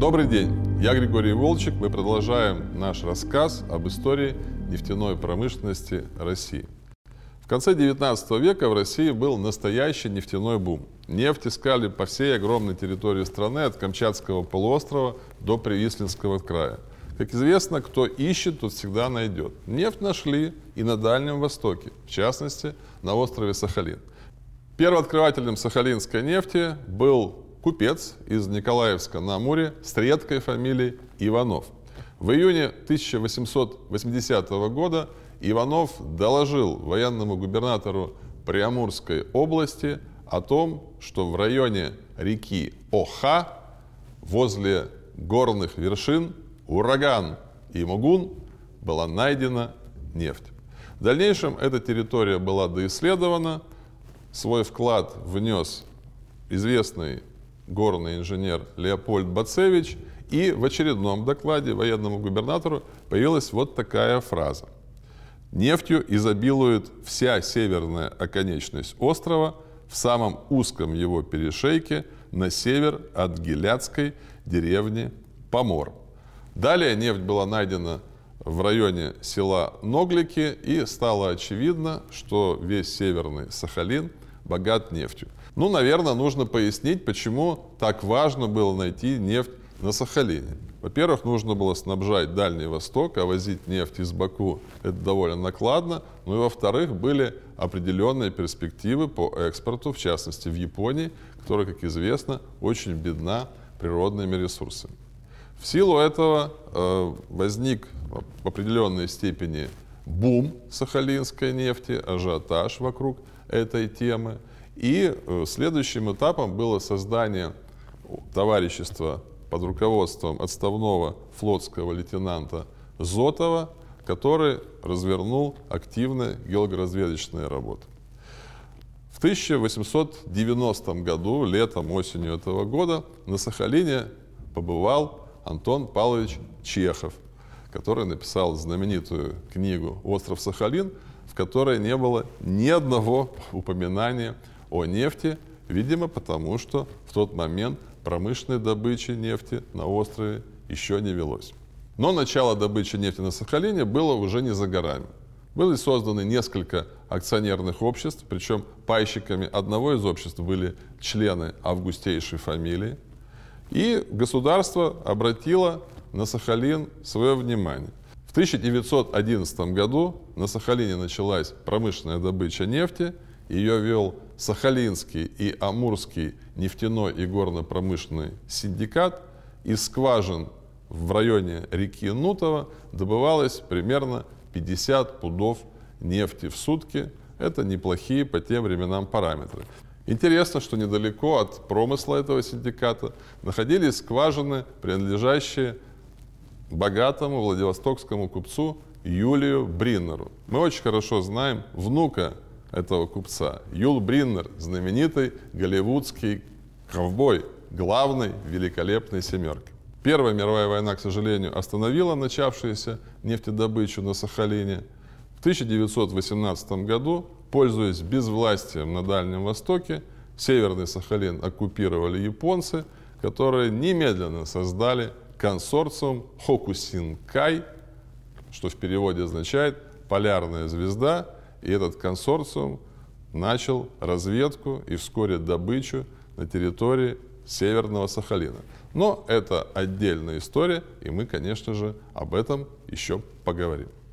Добрый день, я Григорий Волчек. Мы продолжаем наш рассказ об истории нефтяной промышленности России. В конце 19 века в России был настоящий нефтяной бум. Нефть искали по всей огромной территории страны, от Камчатского полуострова до Привислинского края. Как известно, кто ищет, тот всегда найдет. Нефть нашли и на Дальнем Востоке, в частности, на острове Сахалин. Первооткрывателем сахалинской нефти был купец из Николаевска на Амуре с редкой фамилией Иванов. В июне 1880 года Иванов доложил военному губернатору Приамурской области о том, что в районе реки Оха, возле горных вершин Ураган и Мугун, была найдена нефть. В дальнейшем эта территория была доисследована, свой вклад внес известный горный инженер Леопольд Бацевич, и в очередном докладе военному губернатору появилась вот такая фраза. Нефтью изобилует вся северная оконечность острова в самом узком его перешейке на север от гиляцкой деревни Помор. Далее нефть была найдена в районе села Ноглики, и стало очевидно, что весь северный Сахалин богат нефтью. Наверное, нужно пояснить, почему так важно было найти нефть на Сахалине. Во-первых, нужно было снабжать Дальний Восток, а возить нефть из Баку – это довольно накладно. И во-вторых, были определенные перспективы по экспорту, в частности в Японии, которая, как известно, очень бедна природными ресурсами. В силу этого возник в определенной степени бум сахалинской нефти, ажиотаж вокруг этой темы. И следующим этапом было создание товарищества под руководством отставного флотского лейтенанта Зотова, который развернул активные геологоразведочные работы. В 1890 году, летом, осенью этого года, на Сахалине побывал Антон Павлович Чехов, который написал знаменитую книгу «Остров Сахалин», в которой не было ни одного упоминания о нефти, видимо, потому что в тот момент промышленной добычи нефти на острове еще не велось. Но начало добычи нефти на Сахалине было уже не за горами. Были созданы несколько акционерных обществ, причем пайщиками одного из обществ были члены августейшей фамилии. И государство обратило на Сахалин свое внимание. В 1911 году на Сахалине началась промышленная добыча нефти. Ее вел Сахалинский и Амурский нефтяной и горно-промышленный синдикат. Из скважин в районе реки Нутово добывалось примерно 50 пудов нефти в сутки. Это неплохие по тем временам параметры. Интересно, что недалеко от промысла этого синдиката находились скважины, принадлежащие богатому владивостокскому купцу Юлию Бриннеру. Мы очень хорошо знаем внука этого купца. Юл Бриннер, знаменитый голливудский ковбой, главный великолепной семерки. Первая мировая война, к сожалению, остановила начавшуюся нефтедобычу на Сахалине. В 1918 году, пользуясь безвластием на Дальнем Востоке, Северный Сахалин оккупировали японцы, которые немедленно создали консорциум Хокусинкай, что в переводе означает «полярная звезда», и этот консорциум начал разведку и вскоре добычу на территории Северного Сахалина. Но это отдельная история, и мы, конечно же, об этом еще поговорим.